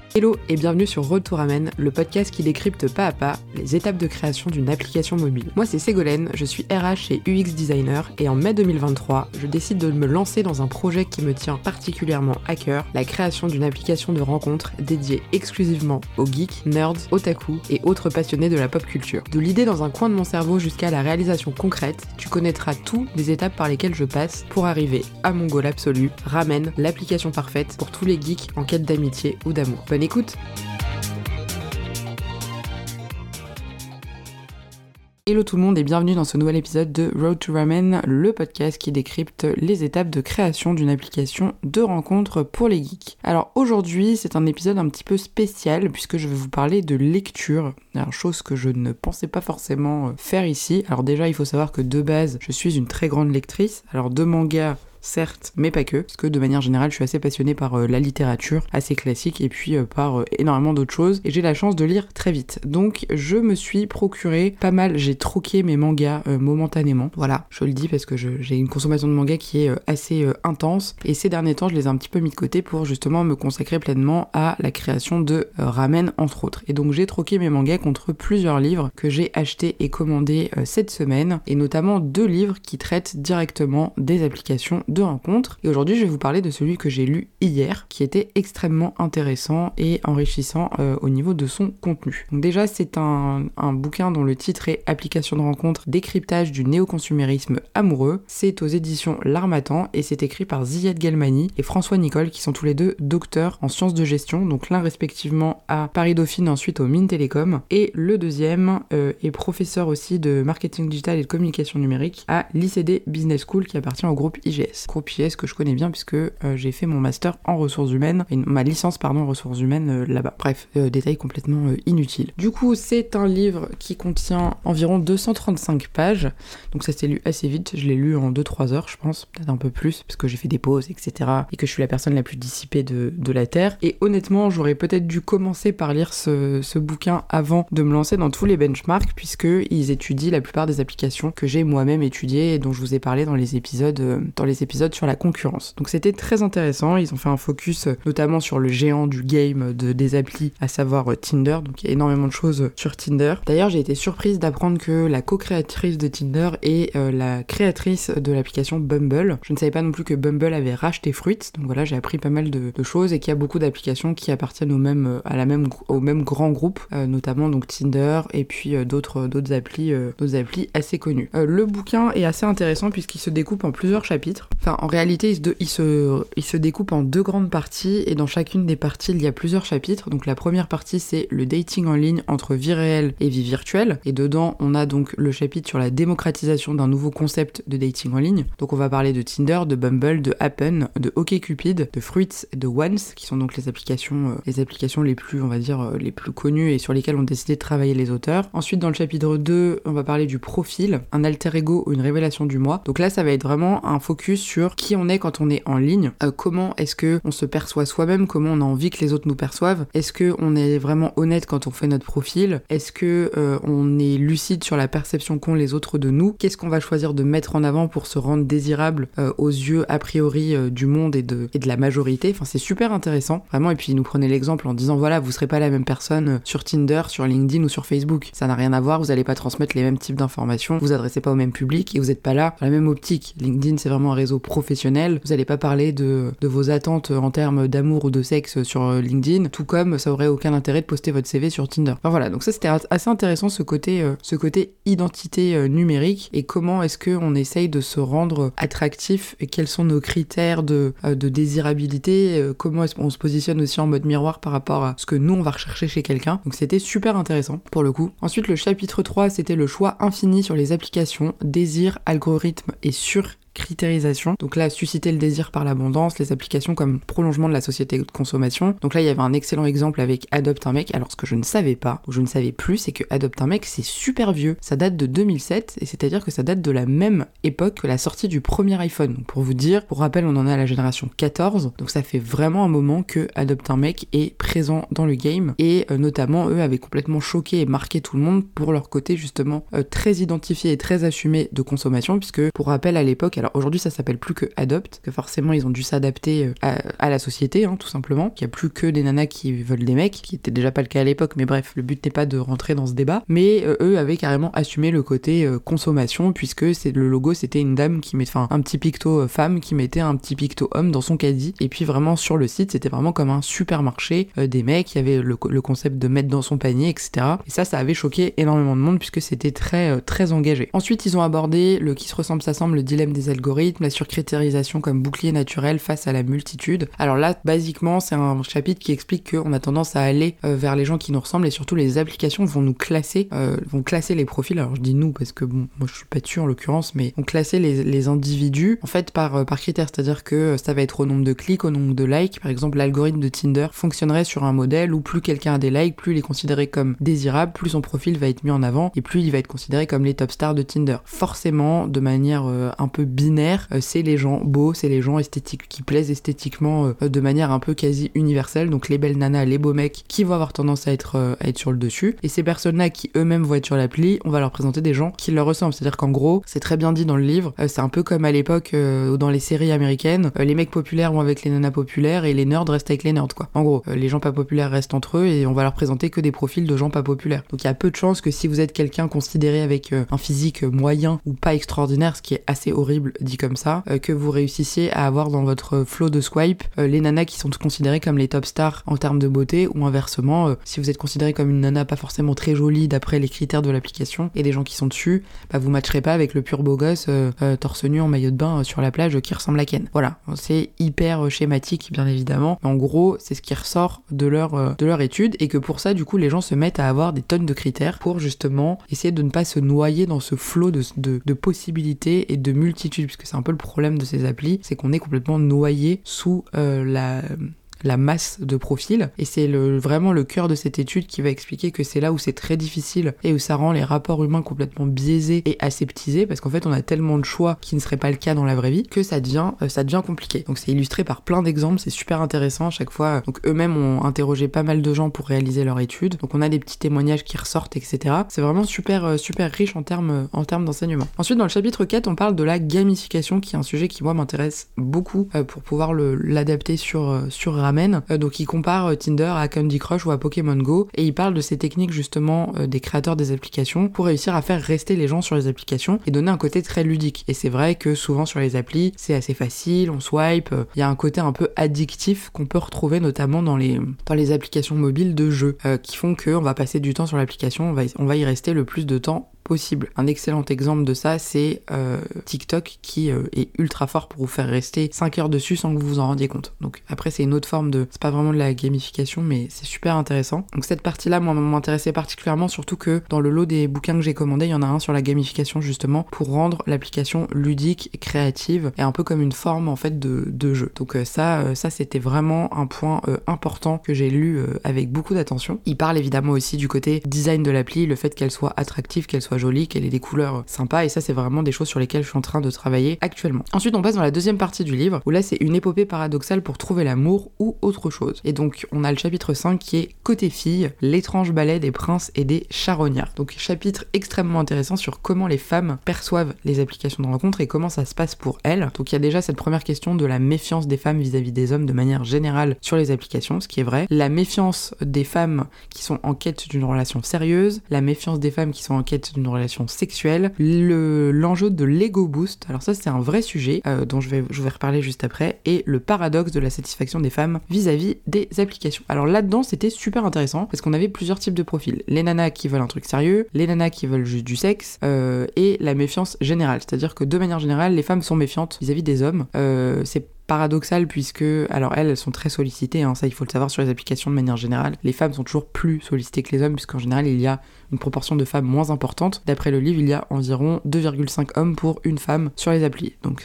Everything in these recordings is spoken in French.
Hello et bienvenue sur Road to Ramen, le podcast qui décrypte pas à pas les étapes de création d'une application mobile. Moi c'est Ségolène, je suis RH et UX designer et en mai 2023, je décide de me lancer dans un projet qui me tient particulièrement à cœur, la création d'une application de rencontre dédiée exclusivement aux geeks, nerds, otaku et autres passionnés de la pop culture. De l'idée dans un coin de mon cerveau jusqu'à la réalisation concrète, tu connaîtras toutes les étapes par lesquelles je passe pour arriver à mon goal absolu, Ramen, l'application parfaite pour tous les geeks en quête d'amitié ou d'amour. Bonne écoute. Hello tout le monde et bienvenue dans ce nouvel épisode de Road to Ramen, le podcast qui décrypte les étapes de création d'une application de rencontre pour les geeks. Alors aujourd'hui, c'est un épisode un petit peu spécial puisque je vais vous parler de lecture, alors chose que je ne pensais pas forcément faire ici. Alors déjà, il faut savoir que de base, je suis une très grande lectrice, alors de mangas, certes, mais pas que, parce que de manière générale, je suis assez passionnée par la littérature, assez classique, et puis par énormément d'autres choses, et j'ai la chance de lire très vite. Donc, je me suis procuré pas mal, j'ai troqué mes mangas momentanément, voilà, je le dis parce que j'ai une consommation de mangas qui est assez intense, et ces derniers temps, je les ai un petit peu mis de côté pour justement me consacrer pleinement à la création de Ramen, entre autres. Et donc, j'ai troqué mes mangas contre plusieurs livres que j'ai achetés et commandés cette semaine, et notamment 2 livres qui traitent directement des applications de rencontres. Et aujourd'hui, je vais vous parler de celui que j'ai lu hier, qui était extrêmement intéressant et enrichissant au niveau de son contenu. Donc déjà, c'est un bouquin dont le titre est Application de rencontre, décryptage du néoconsumérisme amoureux. C'est aux éditions L'Harmattan et c'est écrit par Ziad Gelmani et François Nicole, qui sont tous les deux docteurs en sciences de gestion, donc l'un respectivement à Paris-Dauphine, ensuite au Mines Télécom, et le deuxième est professeur aussi de marketing digital et de communication numérique à l'ICD Business School, qui appartient au groupe IGS. Groupe IGS que je connais bien puisque j'ai fait mon master en ressources humaines, ma licence en ressources humaines là-bas. Bref, détail complètement inutile. Du coup, c'est un livre qui contient environ 235 pages, donc ça s'est lu assez vite, je l'ai lu en 2-3 heures je pense, peut-être un peu plus, parce que j'ai fait des pauses, etc. et que je suis la personne la plus dissipée de la Terre. Et honnêtement, j'aurais peut-être dû commencer par lire ce bouquin avant de me lancer dans tous les benchmarks, puisqu'ils étudient la plupart des applications que j'ai moi-même étudiées et dont je vous ai parlé dans les épisodes sur la concurrence. Donc c'était très intéressant, ils ont fait un focus notamment sur le géant du game des applis, à savoir Tinder, donc il y a énormément de choses sur Tinder. D'ailleurs, j'ai été surprise d'apprendre que la co-créatrice de Tinder est la créatrice de l'application Bumble. Je ne savais pas non plus que Bumble avait racheté Fruits, donc voilà, j'ai appris pas mal de choses et qu'il y a beaucoup d'applications qui appartiennent au même grand groupe, notamment donc Tinder et puis d'autres applis assez connues. Le bouquin est assez intéressant puisqu'il se découpe en plusieurs chapitres. Enfin, en réalité, il se découpe en 2 grandes parties et dans chacune des parties, il y a plusieurs chapitres. Donc la première partie, c'est le dating en ligne entre vie réelle et vie virtuelle. Et dedans, on a donc le chapitre sur la démocratisation d'un nouveau concept de dating en ligne. Donc on va parler de Tinder, de Bumble, de Happen, de OkCupid, de Fruits, de Once, qui sont donc les applications les plus, on va dire, les plus connues et sur lesquelles ont décidé de travailler les auteurs. Ensuite, dans le chapitre 2, on va parler du profil, un alter ego ou une révélation du moi. Donc là, ça va être vraiment un focus sur qui on est quand on est en ligne, comment est-ce que on se perçoit soi-même, comment on a envie que les autres nous perçoivent, est-ce que on est vraiment honnête quand on fait notre profil, est-ce que on est lucide sur la perception qu'ont les autres de nous, qu'est-ce qu'on va choisir de mettre en avant pour se rendre désirable aux yeux a priori du monde et de la majorité. Enfin, c'est super intéressant, vraiment. Et puis il nous prenait l'exemple en disant voilà, vous serez pas la même personne sur Tinder, sur LinkedIn ou sur Facebook, ça n'a rien à voir, vous allez pas transmettre les mêmes types d'informations, vous adressez pas au même public et vous êtes pas là dans la même optique. LinkedIn, c'est vraiment un réseau professionnel, vous allez pas parler de vos attentes en termes d'amour ou de sexe sur LinkedIn, tout comme ça aurait aucun intérêt de poster votre CV sur Tinder. Enfin voilà, donc ça c'était assez intéressant, ce côté identité numérique et comment est-ce qu'on essaye de se rendre attractif et quels sont nos critères de désirabilité, comment est-ce qu'on se positionne aussi en mode miroir par rapport à ce que nous on va rechercher chez quelqu'un. Donc c'était super intéressant pour le coup. Ensuite, le chapitre 3, c'était le choix infini sur les applications, désir, algorithme et critéririsation. Donc là, susciter le désir par l'abondance, les applications comme prolongement de la société de consommation. Donc là, il y avait un excellent exemple avec Adopte un mec. Alors ce que je ne savais pas, ou je ne savais plus, c'est que Adopte un mec, c'est super vieux. Ça date de 2007, et c'est-à-dire que ça date de la même époque que la sortie du premier iPhone. Donc pour vous dire, pour rappel, on en est à la génération 14, donc ça fait vraiment un moment que Adopte un mec est présent dans le game, et notamment, eux avaient complètement choqué et marqué tout le monde pour leur côté justement très identifié et très assumé de consommation, puisque pour rappel, à l'époque, alors Alors aujourd'hui ça s'appelle plus que Adopt, que forcément ils ont dû s'adapter à la société, tout simplement. Il n'y a plus que des nanas qui veulent des mecs, qui était déjà pas le cas à l'époque, mais bref, le but n'est pas de rentrer dans ce débat. Mais eux avaient carrément assumé le côté consommation, puisque le logo c'était une dame qui mettait, un petit picto femme qui mettait un petit picto homme dans son caddie. Et puis vraiment sur le site c'était vraiment comme un supermarché des mecs, il y avait le concept de mettre dans son panier, etc. Et ça avait choqué énormément de monde puisque c'était très engagé. Ensuite ils ont abordé le qui se ressemble s'assemble, le dilemme des algorithmes, la surcritérialisation comme bouclier naturel face à la multitude. Alors là basiquement c'est un chapitre qui explique qu'on a tendance à aller vers les gens qui nous ressemblent, et surtout les applications vont nous classer, vont classer les profils. Alors je dis nous parce que bon, moi je suis pas dessus en l'occurrence, mais vont classer les individus en fait par critères, c'est-à-dire que ça va être au nombre de clics, au nombre de likes. Par exemple l'algorithme de Tinder fonctionnerait sur un modèle où plus quelqu'un a des likes, plus il est considéré comme désirable, plus son profil va être mis en avant et plus il va être considéré comme les top stars de Tinder. Forcément de manière un peu binaire, c'est les gens beaux, c'est les gens esthétiques qui plaisent esthétiquement de manière un peu quasi universelle, donc les belles nanas, les beaux mecs qui vont avoir tendance à être sur le dessus, et ces personnes-là qui eux-mêmes vont être sur l'appli, on va leur présenter des gens qui leur ressemblent. C'est-à-dire qu'en gros, c'est très bien dit dans le livre, c'est un peu comme à l'époque dans les séries américaines, les mecs populaires vont avec les nanas populaires et les nerds restent avec les nerds, quoi. En gros, les gens pas populaires restent entre eux et on va leur présenter que des profils de gens pas populaires. Donc il y a peu de chances que si vous êtes quelqu'un considéré avec un physique moyen ou pas extraordinaire, ce qui est assez horrible dit comme ça, que vous réussissiez à avoir dans votre flow de swipe les nanas qui sont considérées comme les top stars en termes de beauté, ou inversement, si vous êtes considéré comme une nana pas forcément très jolie d'après les critères de l'application et les gens qui sont dessus, vous matcherez pas avec le pur beau gosse torse nu en maillot de bain sur la plage qui ressemble à Ken. Voilà, c'est hyper schématique bien évidemment, mais en gros c'est ce qui ressort de leur étude, et que pour ça du coup les gens se mettent à avoir des tonnes de critères pour justement essayer de ne pas se noyer dans ce flot de possibilités et de multitudes, puisque c'est un peu le problème de ces applis, c'est qu'on est complètement noyé sous la masse de profils, et c'est vraiment le cœur de cette étude qui va expliquer que c'est là où c'est très difficile et où ça rend les rapports humains complètement biaisés et aseptisés, parce qu'en fait on a tellement de choix qui ne seraient pas le cas dans la vraie vie que ça devient compliqué. Donc c'est illustré par plein d'exemples, c'est super intéressant à chaque fois. Donc eux-mêmes ont interrogé pas mal de gens pour réaliser leur étude, donc on a des petits témoignages qui ressortent, etc. C'est vraiment super riche en termes d'enseignement. Ensuite dans le chapitre 4 on parle de la gamification, qui est un sujet qui moi m'intéresse beaucoup pour pouvoir l'adapter sur Ramen. Donc il compare Tinder à Candy Crush ou à Pokémon Go, et il parle de ces techniques justement des créateurs des applications pour réussir à faire rester les gens sur les applications et donner un côté très ludique. Et c'est vrai que souvent sur les applis c'est assez facile, on swipe, il y a un côté un peu addictif qu'on peut retrouver notamment dans les applications mobiles de jeux qui font qu'on va passer du temps sur l'application, on va y rester le plus de temps possible. Un excellent exemple de ça c'est TikTok qui est ultra fort pour vous faire rester 5 heures dessus sans que vous vous en rendiez compte. Donc après c'est une autre forme c'est pas vraiment de la gamification, mais c'est super intéressant. Donc cette partie-là moi m'intéressait particulièrement, surtout que dans le lot des bouquins que j'ai commandé, il y en a un sur la gamification justement pour rendre l'application ludique, créative et un peu comme une forme en fait de jeu. Donc ça c'était vraiment un point important que j'ai lu avec beaucoup d'attention. Il parle évidemment aussi du côté design de l'appli, le fait qu'elle soit attractive, qu'elle soit jolie, qu'elle ait des couleurs sympas, et ça c'est vraiment des choses sur lesquelles je suis en train de travailler actuellement. Ensuite on passe dans la deuxième partie du livre où là c'est une épopée paradoxale pour trouver l'amour ou autre chose. Et donc on a le chapitre 5 qui est côté fille, l'étrange ballet des princes et des charognards. Donc chapitre extrêmement intéressant sur comment les femmes perçoivent les applications de rencontre et comment ça se passe pour elles. Donc il y a déjà cette première question de la méfiance des femmes vis-à-vis des hommes de manière générale sur les applications, ce qui est vrai. La méfiance des femmes qui sont en quête d'une relation sérieuse, la méfiance des femmes qui sont en quête d'une relation sexuelle, l'enjeu de l'ego boost, alors ça c'est un vrai sujet dont je vais reparler juste après, et le paradoxe de la satisfaction des femmes vis-à-vis des applications. Alors là-dedans c'était super intéressant parce qu'on avait plusieurs types de profils. Les nanas qui veulent un truc sérieux, les nanas qui veulent juste du sexe, et la méfiance générale, c'est-à-dire que de manière générale les femmes sont méfiantes vis-à-vis des hommes. C'est paradoxal puisque, alors elles sont très sollicitées, ça il faut le savoir sur les applications de manière générale. Les femmes sont toujours plus sollicitées que les hommes puisqu'en général il y a une proportion de femmes moins importante. D'après le livre, il y a environ 2,5 hommes pour une femme sur les applis. Donc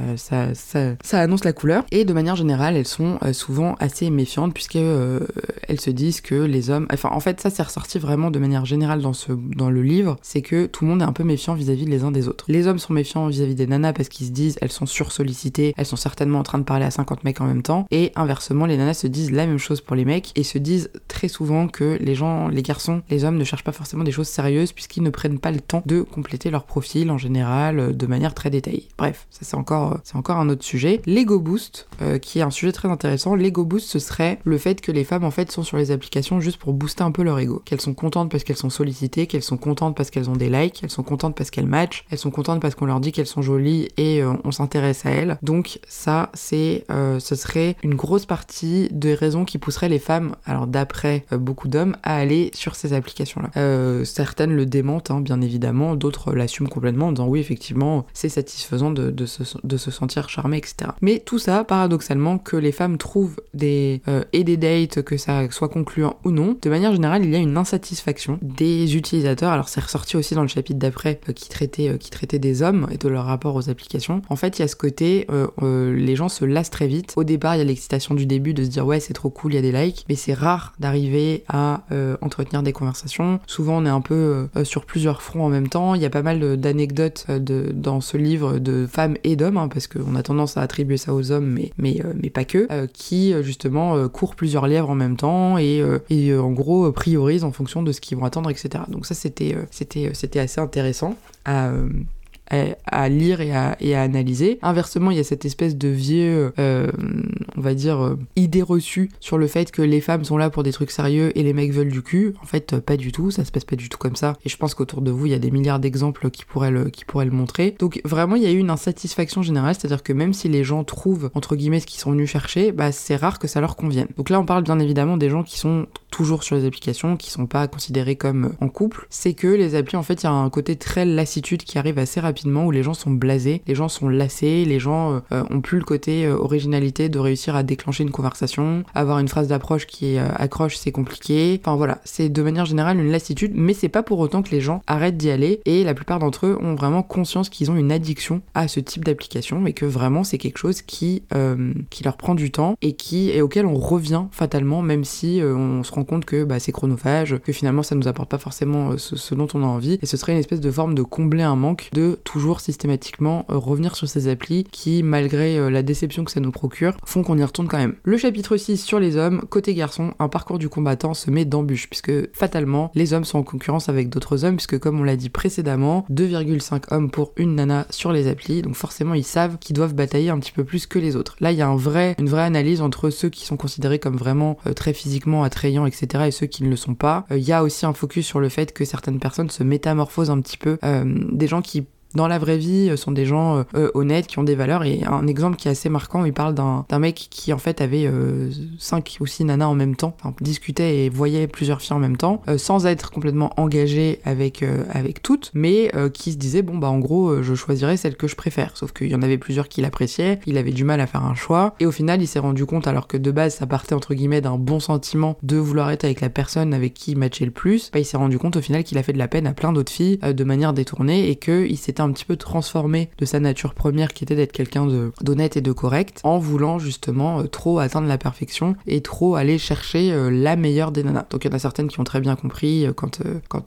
ça annonce la couleur. Et de manière générale, elles sont souvent assez méfiantes puisque elles se disent que les hommes... Enfin, en fait, ça c'est ressorti vraiment de manière générale dans le livre, c'est que tout le monde est un peu méfiant vis-à-vis les uns des autres. Les hommes sont méfiants vis-à-vis des nanas parce qu'ils se disent elles sont sursollicitées, elles sont certainement en train train de parler à 50 mecs en même temps. Et inversement, les nanas se disent la même chose pour les mecs et se disent très souvent que les garçons, les hommes ne cherchent pas forcément des choses sérieuses puisqu'ils ne prennent pas le temps de compléter leur profil en général de manière très détaillée. Bref, ça c'est encore un autre sujet. L'ego boost, qui est un sujet très intéressant. L'ego boost, ce serait le fait que les femmes en fait sont sur les applications juste pour booster un peu leur ego. Qu'elles sont contentes parce qu'elles sont sollicitées, qu'elles sont contentes parce qu'elles ont des likes, elles sont contentes parce qu'elles matchent, elles sont contentes parce qu'on leur dit qu'elles sont jolies et on s'intéresse à elles. Donc ça, ce serait une grosse partie des raisons qui pousseraient les femmes, alors d'après beaucoup d'hommes, à aller sur ces applications-là. Certaines le démentent, bien évidemment, d'autres l'assument complètement en disant oui, effectivement, c'est satisfaisant de se sentir charmé, etc. Mais tout ça, paradoxalement, que les femmes trouvent des dates, que ça soit concluant ou non, de manière générale, il y a une insatisfaction des utilisateurs. Alors c'est ressorti aussi dans le chapitre d'après qui traitait des hommes et de leur rapport aux applications. En fait, il y a ce côté, les gens se lassent très vite. Au départ, il y a l'excitation du début de se dire ouais, c'est trop cool, il y a des likes, mais c'est rare d'arriver à entretenir des conversations. Souvent, on est un peu sur plusieurs fronts en même temps. Il y a pas mal d'anecdotes dans ce livre de femmes et d'hommes, parce qu'on a tendance à attribuer ça aux hommes, mais pas que, qui justement courent plusieurs lièvres en même temps et en gros priorisent en fonction de ce qu'ils vont attendre, etc. Donc ça, c'était assez intéressant à lire et à analyser. Inversement, il y a cette espèce de vieux, on va dire, idée reçue sur le fait que les femmes sont là pour des trucs sérieux et les mecs veulent du cul. En fait, pas du tout, ça se passe pas du tout comme ça. Et je pense qu'autour de vous, il y a des milliards d'exemples qui pourraient le montrer. Donc vraiment, il y a eu une insatisfaction générale, c'est-à-dire que même si les gens trouvent, entre guillemets, ce qu'ils sont venus chercher, c'est rare que ça leur convienne. Donc là, on parle bien évidemment des gens qui sont toujours sur les applications, qui sont pas considérés comme en couple. C'est que les applis, en fait, il y a un côté très lassitude qui arrive assez rapidement, où les gens sont blasés, les gens sont lassés, les gens ont plus le côté originalité de réussir à déclencher une conversation, avoir une phrase d'approche qui accroche, c'est compliqué. Enfin voilà, c'est de manière générale une lassitude, mais c'est pas pour autant que les gens arrêtent d'y aller, et la plupart d'entre eux ont vraiment conscience qu'ils ont une addiction à ce type d'application, et que vraiment c'est quelque chose qui leur prend du temps et auquel on revient fatalement, même si on se rend compte que c'est chronophage, que finalement ça nous apporte pas forcément ce dont on a envie, et ce serait une espèce de forme de combler un manque, de toujours systématiquement revenir sur ces applis qui, malgré la déception que ça nous procure, font qu'on y retourne quand même. Le chapitre 6 sur les hommes, côté garçon, un parcours du combattant se met d'embûches, puisque fatalement, les hommes sont en concurrence avec d'autres hommes, puisque comme on l'a dit précédemment, 2,5 hommes pour une nana sur les applis, donc forcément ils savent qu'ils doivent batailler un petit peu plus que les autres. Là, il y a une vraie analyse entre ceux qui sont considérés comme vraiment très physiquement attrayants, etc., et ceux qui ne le sont pas. Il y a aussi un focus sur le fait que certaines personnes se métamorphosent un petit peu, des gens qui dans la vraie vie sont des gens honnêtes, qui ont des valeurs, et un exemple qui est assez marquant, il parle d'un mec qui en fait avait 5 ou 6 nanas en même temps, discutait et voyait plusieurs filles en même temps, sans être complètement engagé avec toutes, mais qui se disait en gros je choisirais celle que je préfère, sauf qu'il y en avait plusieurs qui l'appréciaient, il avait du mal à faire un choix, et au final il s'est rendu compte, alors que de base ça partait entre guillemets d'un bon sentiment de vouloir être avec la personne avec qui il matchait le plus, il s'est rendu compte au final qu'il a fait de la peine à plein d'autres filles de manière détournée, et qu'il s'était un petit peu transformé de sa nature première qui était d'être quelqu'un d'honnête et de correct, en voulant justement trop atteindre la perfection et trop aller chercher la meilleure des nanas. Donc il y en a certaines qui ont très bien compris quand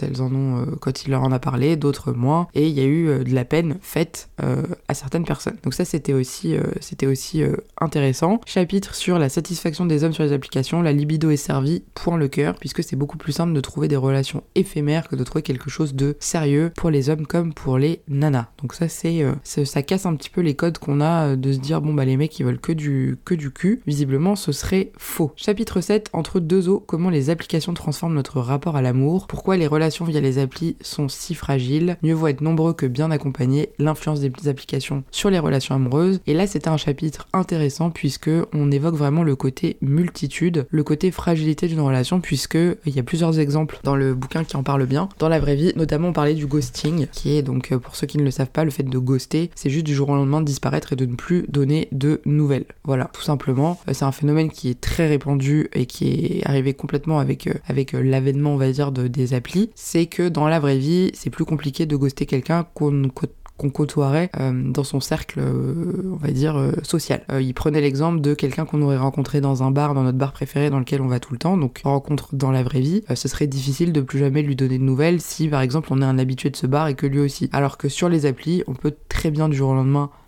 il leur en a parlé, d'autres moins, et il y a eu de la peine faite à certaines personnes. Donc ça c'était aussi intéressant. Chapitre sur la satisfaction des hommes sur les applications, la libido est servie, point le cœur, puisque c'est beaucoup plus simple de trouver des relations éphémères que de trouver quelque chose de sérieux pour les hommes comme pour les nanas. Donc ça ça casse un petit peu les codes qu'on a de se dire les mecs ils veulent que du cul. Visiblement ce serait faux. Chapitre 7, entre deux eaux, comment les applications transforment notre rapport à l'amour, pourquoi les relations via les applis sont si fragiles, mieux vaut être nombreux que bien accompagnés, l'influence des applications sur les relations amoureuses. Et là c'était un chapitre intéressant puisque on évoque vraiment le côté multitude, le côté fragilité d'une relation, puisque il y a plusieurs exemples dans le bouquin qui en parlent bien. Dans la vraie vie, notamment on parlait du ghosting, qui est donc, pour ceux qui ne le savent pas, le fait de ghoster, c'est juste du jour au lendemain de disparaître et de ne plus donner de nouvelles. Voilà, tout simplement. C'est un phénomène qui est très répandu et qui est arrivé complètement avec l'avènement, on va dire, des applis. C'est que dans la vraie vie, c'est plus compliqué de ghoster quelqu'un qu'on côtoierait dans son cercle, on va dire, social. Il prenait l'exemple de quelqu'un qu'on aurait rencontré dans un bar, dans notre bar préféré dans lequel on va tout le temps, donc rencontre dans la vraie vie, ce serait difficile de plus jamais lui donner de nouvelles si par exemple on est un habitué de ce bar et que lui aussi. Alors que sur les applis, on peut très bien du jour au lendemain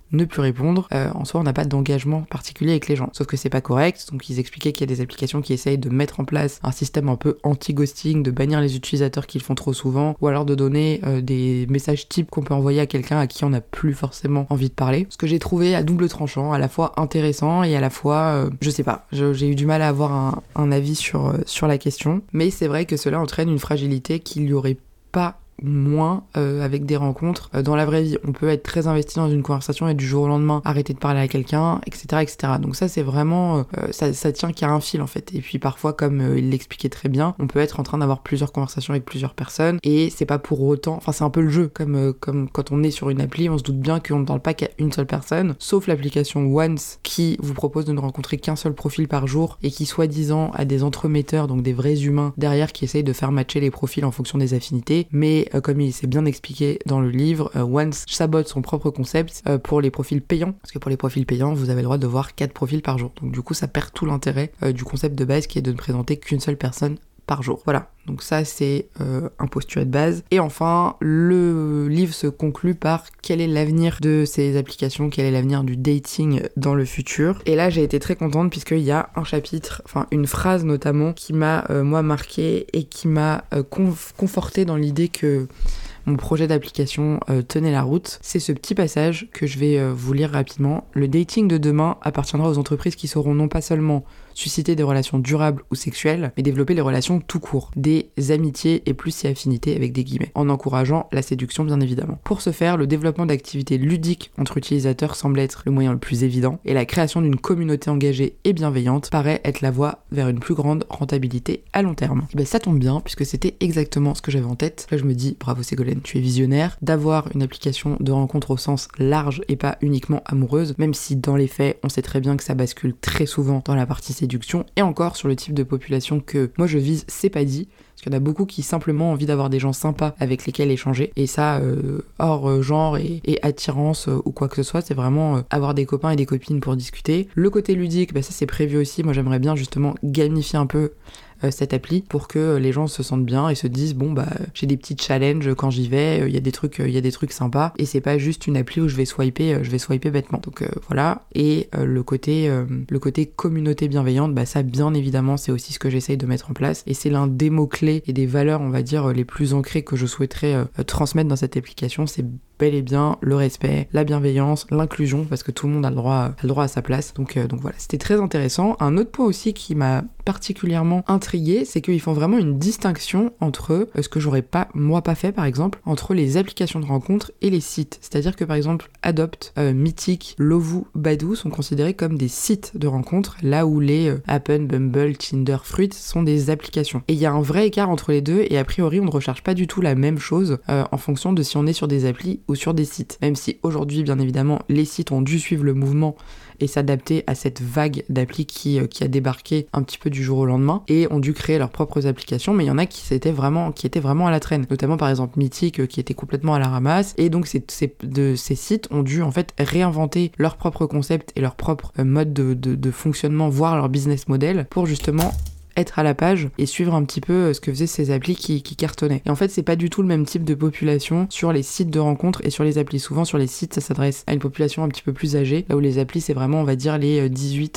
ne plus répondre, en soi on n'a pas d'engagement particulier avec les gens. Sauf que c'est pas correct, donc ils expliquaient qu'il y a des applications qui essayent de mettre en place un système un peu anti-ghosting, de bannir les utilisateurs qui le font trop souvent, ou alors de donner des messages types qu'on peut envoyer à quelqu'un à qui on n'a plus forcément envie de parler. Ce que j'ai trouvé à double tranchant, à la fois intéressant et à la fois, je sais pas, j'ai eu du mal à avoir un avis sur la question, mais c'est vrai que cela entraîne une fragilité qu'il n'y aurait pas moins avec des rencontres. Dans la vraie vie, on peut être très investi dans une conversation et du jour au lendemain arrêter de parler à quelqu'un, etc. Donc ça c'est vraiment, ça tient qu'à un fil en fait. Et puis parfois, comme il l'expliquait très bien, on peut être en train d'avoir plusieurs conversations avec plusieurs personnes et c'est pas pour autant, enfin c'est un peu le jeu, comme quand on est sur une appli, on se doute bien qu'on ne parle pas qu'à une seule personne, sauf l'application Once qui vous propose de ne rencontrer qu'un seul profil par jour et qui soi-disant a des entremetteurs, donc des vrais humains derrière qui essayent de faire matcher les profils en fonction des affinités, mais comme il s'est bien expliqué dans le livre, Once sabote son propre concept pour les profils payants, parce que pour les profils payants, vous avez le droit de voir 4 profils par jour. Donc du coup, ça perd tout l'intérêt du concept de base qui est de ne présenter qu'une seule personne par jour. Voilà, donc ça c'est un postulat de base. Et enfin, le livre se conclut par quel est l'avenir de ces applications, quel est l'avenir du dating dans le futur. Et là j'ai été très contente puisqu'il y a un chapitre, enfin une phrase notamment qui m'a moi marquée et qui m'a confortée dans l'idée que mon projet d'application tenait la route. C'est ce petit passage que je vais vous lire rapidement. Le dating de demain appartiendra aux entreprises qui sauront non pas seulement susciter des relations durables ou sexuelles, mais développer les relations tout court, des amitiés et plus si affinités avec des guillemets, en encourageant la séduction bien évidemment. Pour ce faire, le développement d'activités ludiques entre utilisateurs semble être le moyen le plus évident, et la création d'une communauté engagée et bienveillante paraît être la voie vers une plus grande rentabilité à long terme. Et ben ça tombe bien, puisque c'était exactement ce que j'avais en tête. Là je me dis, bravo Ségolène, tu es visionnaire, d'avoir une application de rencontre au sens large et pas uniquement amoureuse, même si dans les faits, on sait très bien que ça bascule très souvent dans la partie séduction, et encore sur le type de population que moi je vise, c'est pas dit, parce qu'il y en a beaucoup qui simplement ont envie d'avoir des gens sympas avec lesquels échanger, et ça, hors genre et attirance ou quoi que ce soit, c'est vraiment avoir des copains et des copines pour discuter. Le côté ludique, bah ça c'est prévu aussi, moi j'aimerais bien justement gamifier un peu cette appli pour que les gens se sentent bien et se disent bon bah j'ai des petits challenges quand j'y vais, il y a des trucs sympas et c'est pas juste une appli où je vais swiper bêtement. Donc voilà. Et le côté communauté bienveillante, bah ça bien évidemment c'est aussi ce que j'essaye de mettre en place et c'est l'un des mots clés et des valeurs on va dire les plus ancrées que je souhaiterais transmettre dans cette application. C'est bel et bien le respect, la bienveillance, l'inclusion, parce que tout le monde a le droit à sa place. Donc voilà, c'était très intéressant. Un autre point aussi qui m'a particulièrement intriguée, c'est qu'ils font vraiment une distinction entre ce que j'aurais pas fait par exemple, entre les applications de rencontres et les sites. C'est-à-dire que par exemple Adopt, Mythic, Lovoo, Badoo sont considérés comme des sites de rencontres, là où les Happen, Bumble, Tinder, Fruit sont des applications. Et il y a un vrai écart entre les deux et a priori on ne recherche pas du tout la même chose en fonction de si on est sur des applis ou sur des sites. Même si aujourd'hui bien évidemment les sites ont dû suivre le mouvement et s'adapter à cette vague d'applis qui a débarqué un petit peu du jour au lendemain et ont dû créer leurs propres applications, mais il y en a qui étaient vraiment à la traîne, notamment par exemple Mythic qui était complètement à la ramasse, et donc ces sites ont dû en fait réinventer leur propre concept et leur propre mode de fonctionnement, voire leur business model pour justement être à la page et suivre un petit peu ce que faisaient ces applis qui cartonnaient. Et en fait, c'est pas du tout le même type de population sur les sites de rencontres et sur les applis. Souvent, sur les sites, ça s'adresse à une population un petit peu plus âgée, là où les applis, c'est vraiment, on va dire, les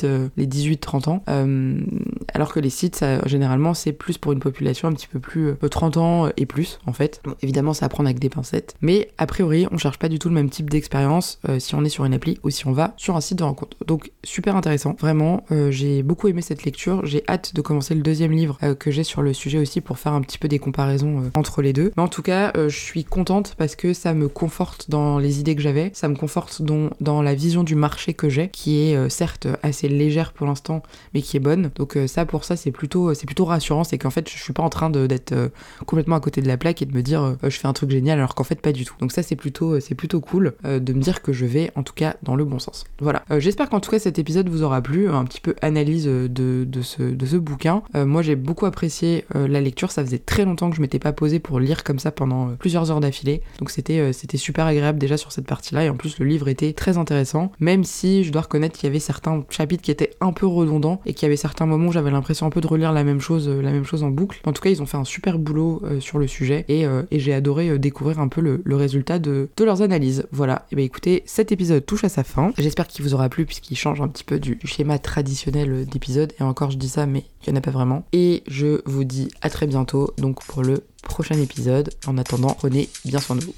18-30 ans. Alors que les sites, ça, généralement, c'est plus pour une population un petit peu plus 30 ans et plus, en fait. Donc, évidemment, c'est à prendre avec des pincettes. Mais, a priori, on cherche pas du tout le même type d'expérience si on est sur une appli ou si on va sur un site de rencontre. Donc, super intéressant. Vraiment, j'ai beaucoup aimé cette lecture. J'ai hâte de commencer le deuxième livre que j'ai sur le sujet aussi pour faire un petit peu des comparaisons entre les deux. Mais en tout cas, je suis contente parce que ça me conforte dans les idées que j'avais, ça me conforte dans la vision du marché que j'ai, qui est certes assez légère pour l'instant, mais qui est bonne. Donc pour ça, c'est plutôt rassurant, c'est qu'en fait, je suis pas en train d'être complètement à côté de la plaque et de me dire je fais un truc génial alors qu'en fait pas du tout. Donc ça, c'est plutôt cool de me dire que je vais en tout cas dans le bon sens. Voilà. J'espère qu'en tout cas cet épisode vous aura plu, un petit peu analyse de ce bouquin. bien. Moi j'ai beaucoup apprécié la lecture, ça faisait très longtemps que je m'étais pas posée pour lire comme ça pendant plusieurs heures d'affilée, donc c'était super agréable déjà sur cette partie-là, et en plus le livre était très intéressant, même si je dois reconnaître qu'il y avait certains chapitres qui étaient un peu redondants et qu'il y avait certains moments où j'avais l'impression un peu de relire la même chose en boucle. En tout cas ils ont fait un super boulot sur le sujet, et j'ai adoré découvrir un peu le résultat de leurs analyses. Voilà, et écoutez, cet épisode touche à sa fin, j'espère qu'il vous aura plu puisqu'il change un petit peu du schéma traditionnel d'épisode, et encore je dis ça mais il n'y en a pas vraiment, et je vous dis à très bientôt donc pour le prochain épisode. En attendant, prenez bien soin de vous.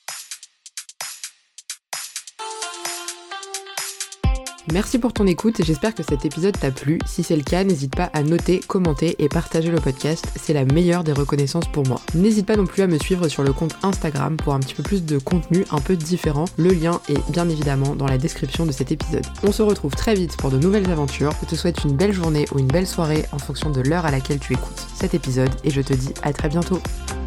Merci pour ton écoute, j'espère que cet épisode t'a plu. Si c'est le cas, n'hésite pas à noter, commenter et partager le podcast, c'est la meilleure des reconnaissances pour moi. N'hésite pas non plus à me suivre sur le compte Instagram pour un petit peu plus de contenu un peu différent. Le lien est bien évidemment dans la description de cet épisode. On se retrouve très vite pour de nouvelles aventures. Je te souhaite une belle journée ou une belle soirée en fonction de l'heure à laquelle tu écoutes cet épisode, et je te dis à très bientôt.